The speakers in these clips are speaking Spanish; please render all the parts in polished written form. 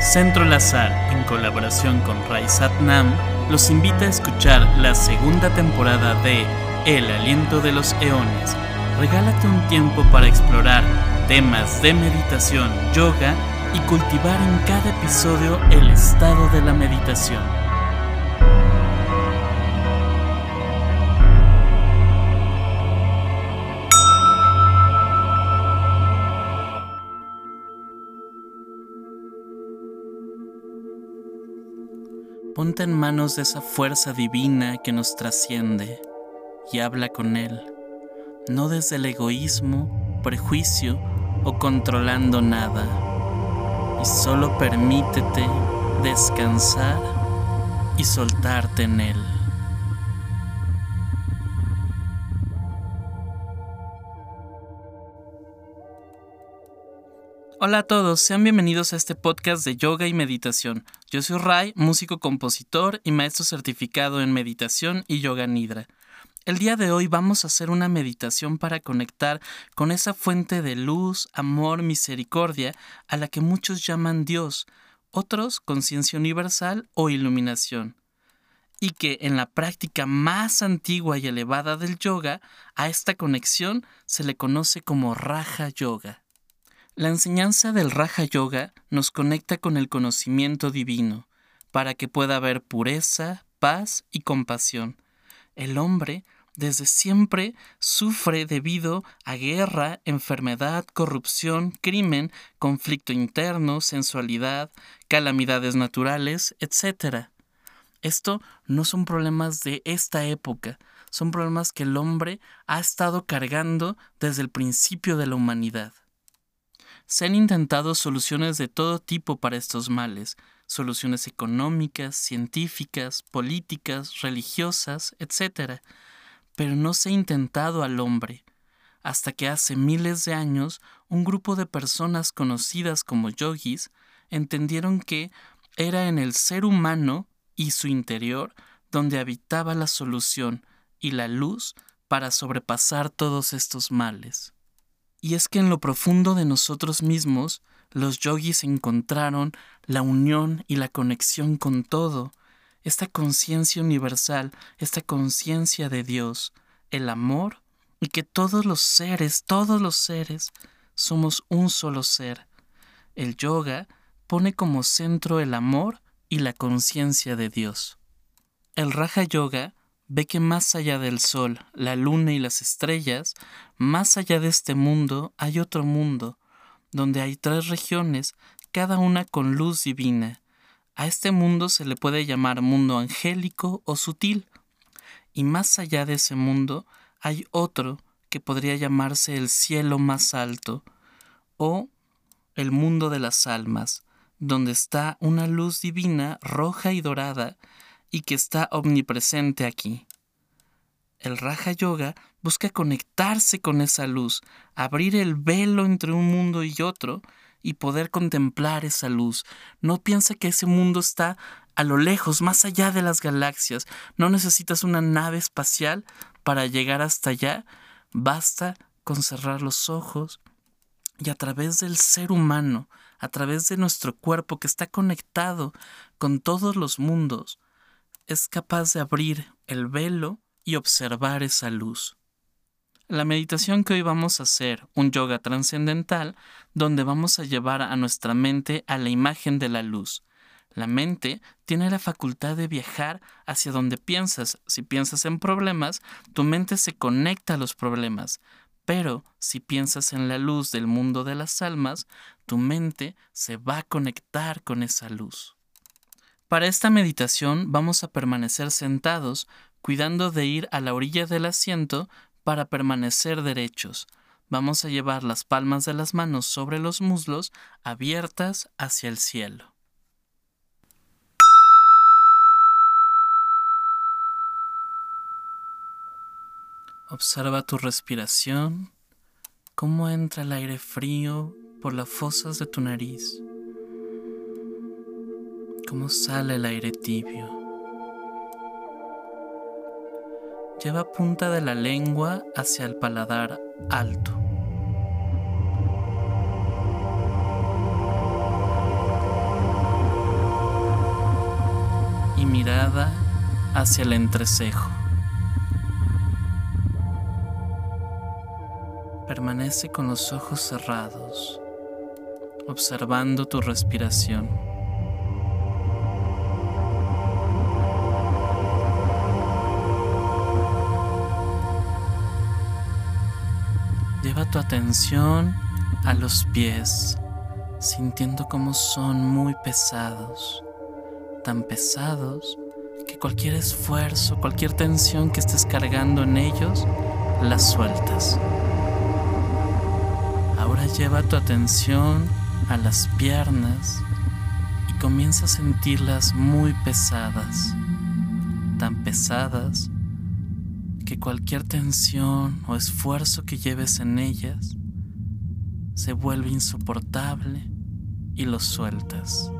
Centro Lazar, en colaboración con Rai Satnam, los invita a escuchar la segunda temporada de El Aliento de los Eones. Regálate un tiempo para explorar temas de meditación, yoga y cultivar en cada episodio el estado de la meditación. Ponte en manos de esa fuerza divina que nos trasciende y habla con Él, no desde el egoísmo, prejuicio o controlando nada. Y solo permítete descansar y soltarte en Él. Hola a todos, sean bienvenidos a este podcast de yoga y meditación. Yo soy Rai, músico, compositor y maestro certificado en meditación y yoga nidra. El día de hoy vamos a hacer una meditación para conectar con esa fuente de luz, amor, misericordia a la que muchos llaman Dios, otros conciencia universal o iluminación. Y que en la práctica más antigua y elevada del yoga, a esta conexión se le conoce como Raja Yoga. La enseñanza del Raja Yoga nos conecta con el conocimiento divino, para que pueda haber pureza, paz y compasión. El hombre desde siempre sufre debido a guerra, enfermedad, corrupción, crimen, conflicto interno, sensualidad, calamidades naturales, etc. Esto no son problemas de esta época, son problemas que el hombre ha estado cargando desde el principio de la humanidad. Se han intentado soluciones de todo tipo para estos males, soluciones económicas, científicas, políticas, religiosas, etc., pero no se ha intentado al hombre, hasta que hace miles de años un grupo de personas conocidas como yogis entendieron que era en el ser humano y su interior donde habitaba la solución y la luz para sobrepasar todos estos males. Y es que en lo profundo de nosotros mismos, los yogis encontraron la unión y la conexión con todo, esta conciencia universal, esta conciencia de Dios, el amor, y que todos los seres, somos un solo ser. El yoga pone como centro el amor y la conciencia de Dios. El Raja Yoga ve que más allá del sol, la luna y las estrellas, más allá de este mundo hay otro mundo, donde hay 3 regiones, cada una con luz divina. A este mundo se le puede llamar mundo angélico o sutil, y más allá de ese mundo hay otro que podría llamarse el cielo más alto, o el mundo de las almas, donde está una luz divina roja y dorada, y que está omnipresente aquí. El Raja Yoga busca conectarse con esa luz, abrir el velo entre un mundo y otro y poder contemplar esa luz. No piensa que ese mundo está a lo lejos, más allá de las galaxias. No necesitas una nave espacial para llegar hasta allá. Basta con cerrar los ojos y a través del ser humano, a través de nuestro cuerpo que está conectado con todos los mundos, es capaz de abrir el velo y observar esa luz. La meditación que hoy vamos a hacer, un yoga trascendental, donde vamos a llevar a nuestra mente a la imagen de la luz. La mente tiene la facultad de viajar hacia donde piensas. Si piensas en problemas, tu mente se conecta a los problemas. Pero si piensas en la luz del mundo de las almas, tu mente se va a conectar con esa luz. Para esta meditación vamos a permanecer sentados, cuidando de ir a la orilla del asiento para permanecer derechos. Vamos a llevar las palmas de las manos sobre los muslos, abiertas hacia el cielo. Observa tu respiración, cómo entra el aire frío por las fosas de tu nariz. Cómo sale el aire tibio. Lleva punta de la lengua hacia el paladar alto. mirada hacia el entrecejo. Permanece con los ojos cerrados, observando tu respiración. Lleva tu atención a los pies, sintiendo cómo son muy pesados, tan pesados que cualquier esfuerzo, cualquier tensión que estés cargando en ellos, las sueltas. Ahora lleva tu atención a las piernas y comienza a sentirlas muy pesadas, tan pesadas que cualquier tensión o esfuerzo que lleves en ellas se vuelve insoportable y los sueltas.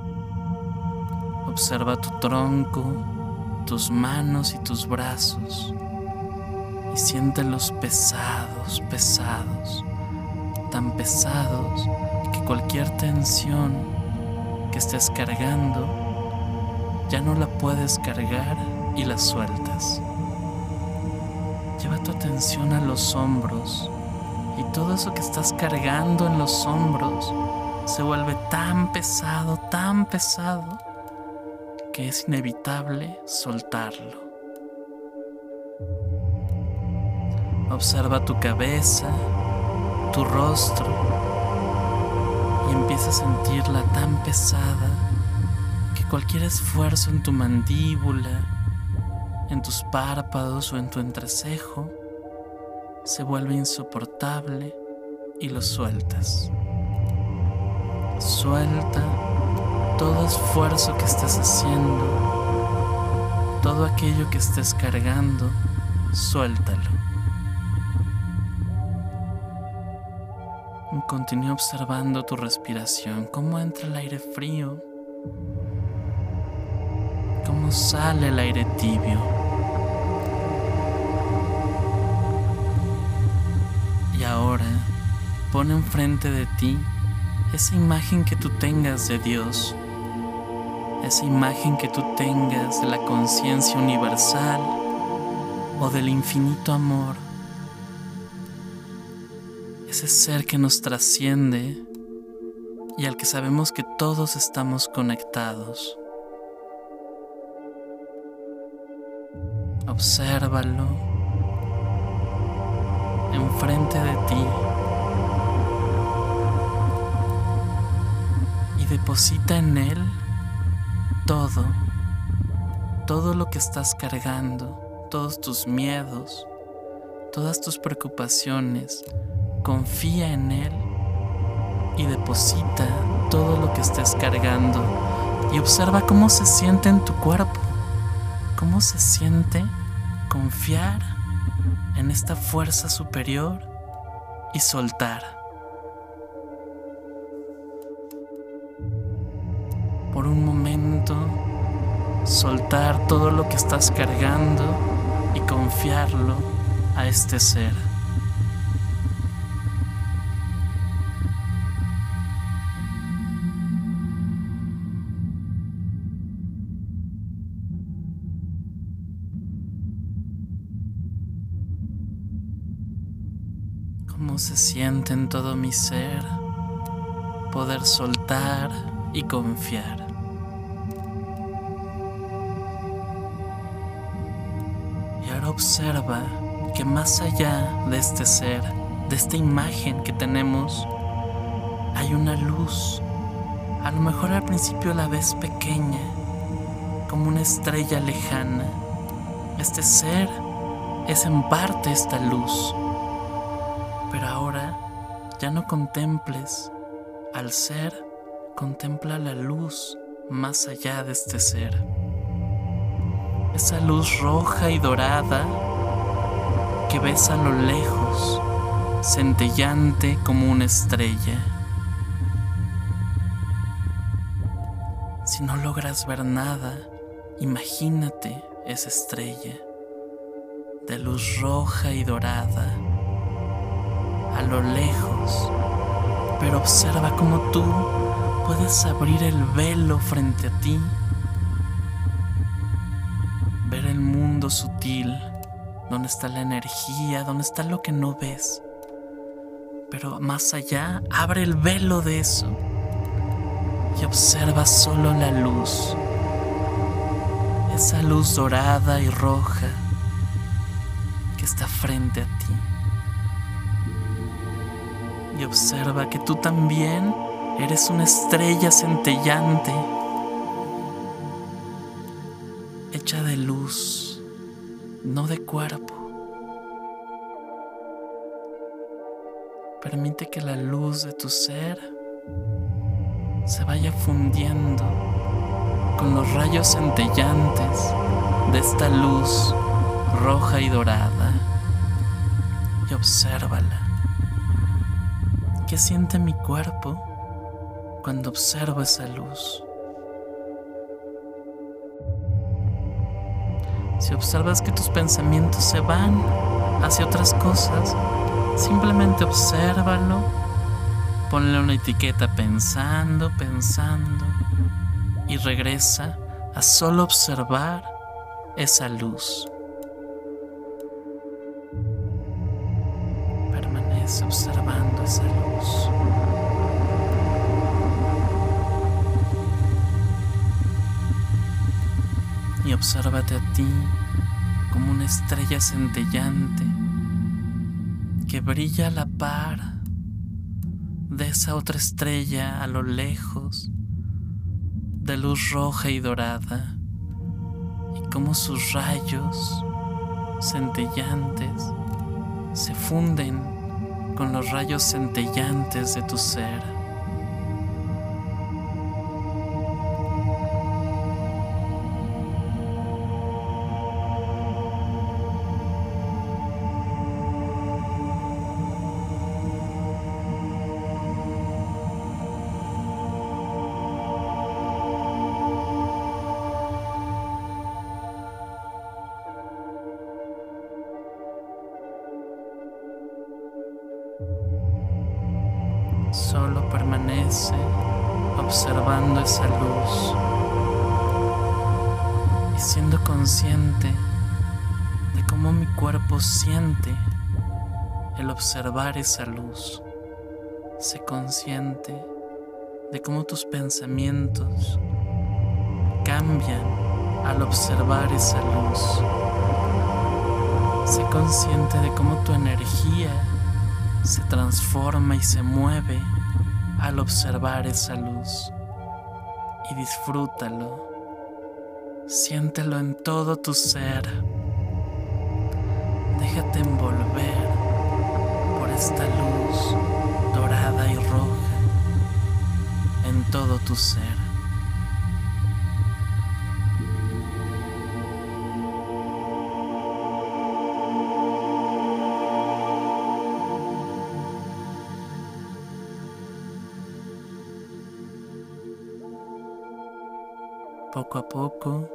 Observa tu tronco, tus manos y tus brazos y siéntelos pesados, pesados, tan pesados que cualquier tensión que estés cargando ya no la puedes cargar y la sueltas. Lleva tu atención a los hombros y todo eso que estás cargando en los hombros se vuelve tan pesado que es inevitable soltarlo. Observa tu cabeza, tu rostro y empieza a sentirla tan pesada que cualquier esfuerzo en tu mandíbula, en tus párpados o en tu entrecejo se vuelve insoportable y lo sueltas. Suelta todo esfuerzo que estés haciendo, todo aquello que estés cargando, suéltalo. Continúa observando tu respiración, cómo entra el aire frío, cómo sale el aire tibio. Y ahora pon enfrente de ti esa imagen que tú tengas de Dios, esa imagen que tú tengas de la conciencia universal o del infinito amor, ese ser que nos trasciende y al que sabemos que todos estamos conectados. Obsérvalo enfrente de ti y deposita en él todo lo que estás cargando, todos tus miedos, todas tus preocupaciones. Confía en él y deposita todo lo que estés cargando y observa cómo se siente en tu cuerpo, cómo se siente confiar en esta fuerza superior y soltar. Por un momento, soltar todo lo que estás cargando y confiarlo a este ser. Cómo se siente en todo mi ser poder soltar y confiar. Y ahora observa que más allá de este ser, de esta imagen que tenemos, hay una luz. A lo mejor al principio la ves pequeña, como una estrella lejana. Este ser es en parte esta luz. Pero ahora ya no contemples al ser, contempla la luz más allá de este ser. Esa luz roja y dorada que ves a lo lejos, centellante como una estrella. Si no logras ver nada, imagínate esa estrella de luz roja y dorada a lo lejos, pero observa cómo tú puedes abrir el velo frente a ti ver el mundo sutil, donde está la energía, donde está lo que no ves. Pero más allá, abre el velo de eso y observa solo la luz. Esa luz dorada y roja que está frente a ti. Y observa que tú también eres una estrella centellante, hecha de luz, no de cuerpo. Permite que la luz de tu ser se vaya fundiendo con los rayos centellantes de esta luz roja y dorada. Y obsérvala. ¿Qué siente mi cuerpo cuando observo esa luz? Si observas que tus pensamientos se van hacia otras cosas, simplemente obsérvalo, ponle una etiqueta pensando y regresa a solo observar esa luz. Permanece observando esa luz. Y obsérvate a ti como una estrella centellante que brilla a la par de esa otra estrella a lo lejos, de luz roja y dorada, y como sus rayos centellantes se funden con los rayos centellantes de tu ser. Solo permanece observando esa luz y siendo consciente de cómo mi cuerpo siente el observar esa luz. Sé consciente de cómo tus pensamientos cambian al observar esa luz. Sé consciente de cómo tu energía se transforma y se mueve al observar esa luz. Y disfrútalo. Siéntelo en todo tu ser. Déjate envolver por esta luz dorada y roja en todo tu ser. Poco a poco,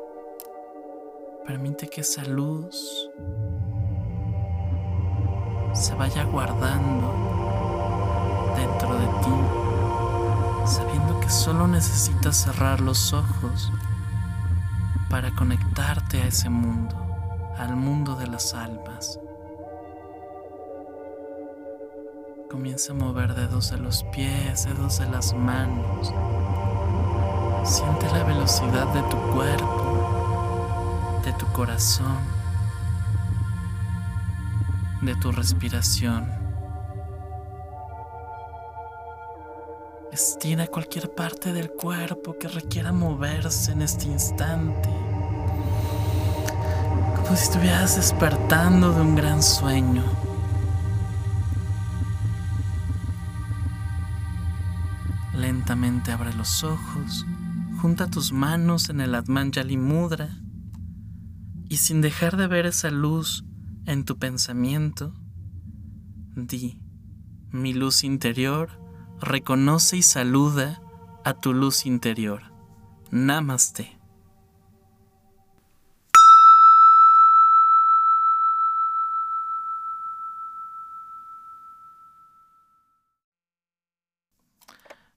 permite que esa luz se vaya guardando dentro de ti, sabiendo que solo necesitas cerrar los ojos para conectarte a ese mundo, al mundo de las almas. Comienza a mover dedos de los pies, dedos de las manos. Siente la velocidad de tu cuerpo, de tu corazón, de tu respiración. Estira cualquier parte del cuerpo que requiera moverse en este instante, como si estuvieras despertando de un gran sueño. Lentamente abre los ojos, junta tus manos en el Atmanjali Mudra y sin dejar de ver esa luz en tu pensamiento, di: mi luz interior reconoce y saluda a tu luz interior. Namaste.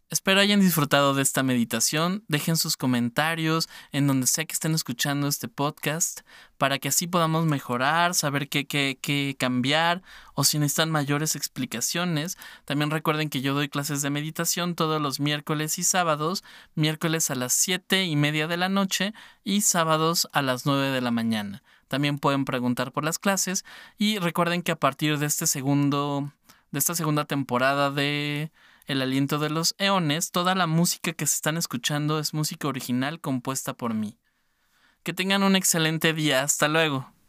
Espero hayan disfrutado de esta meditación. Dejen sus comentarios en donde sea que estén escuchando este podcast para que así podamos mejorar, saber qué cambiar o si necesitan mayores explicaciones. También recuerden que yo doy clases de meditación todos los miércoles y sábados, miércoles a las 7:30 de la noche y sábados a las 9 de la mañana. También pueden preguntar por las clases y recuerden que a partir de esta segunda temporada de El Aliento de los Eones, toda la música que se están escuchando es música original compuesta por mí. Que tengan un excelente día. Hasta luego.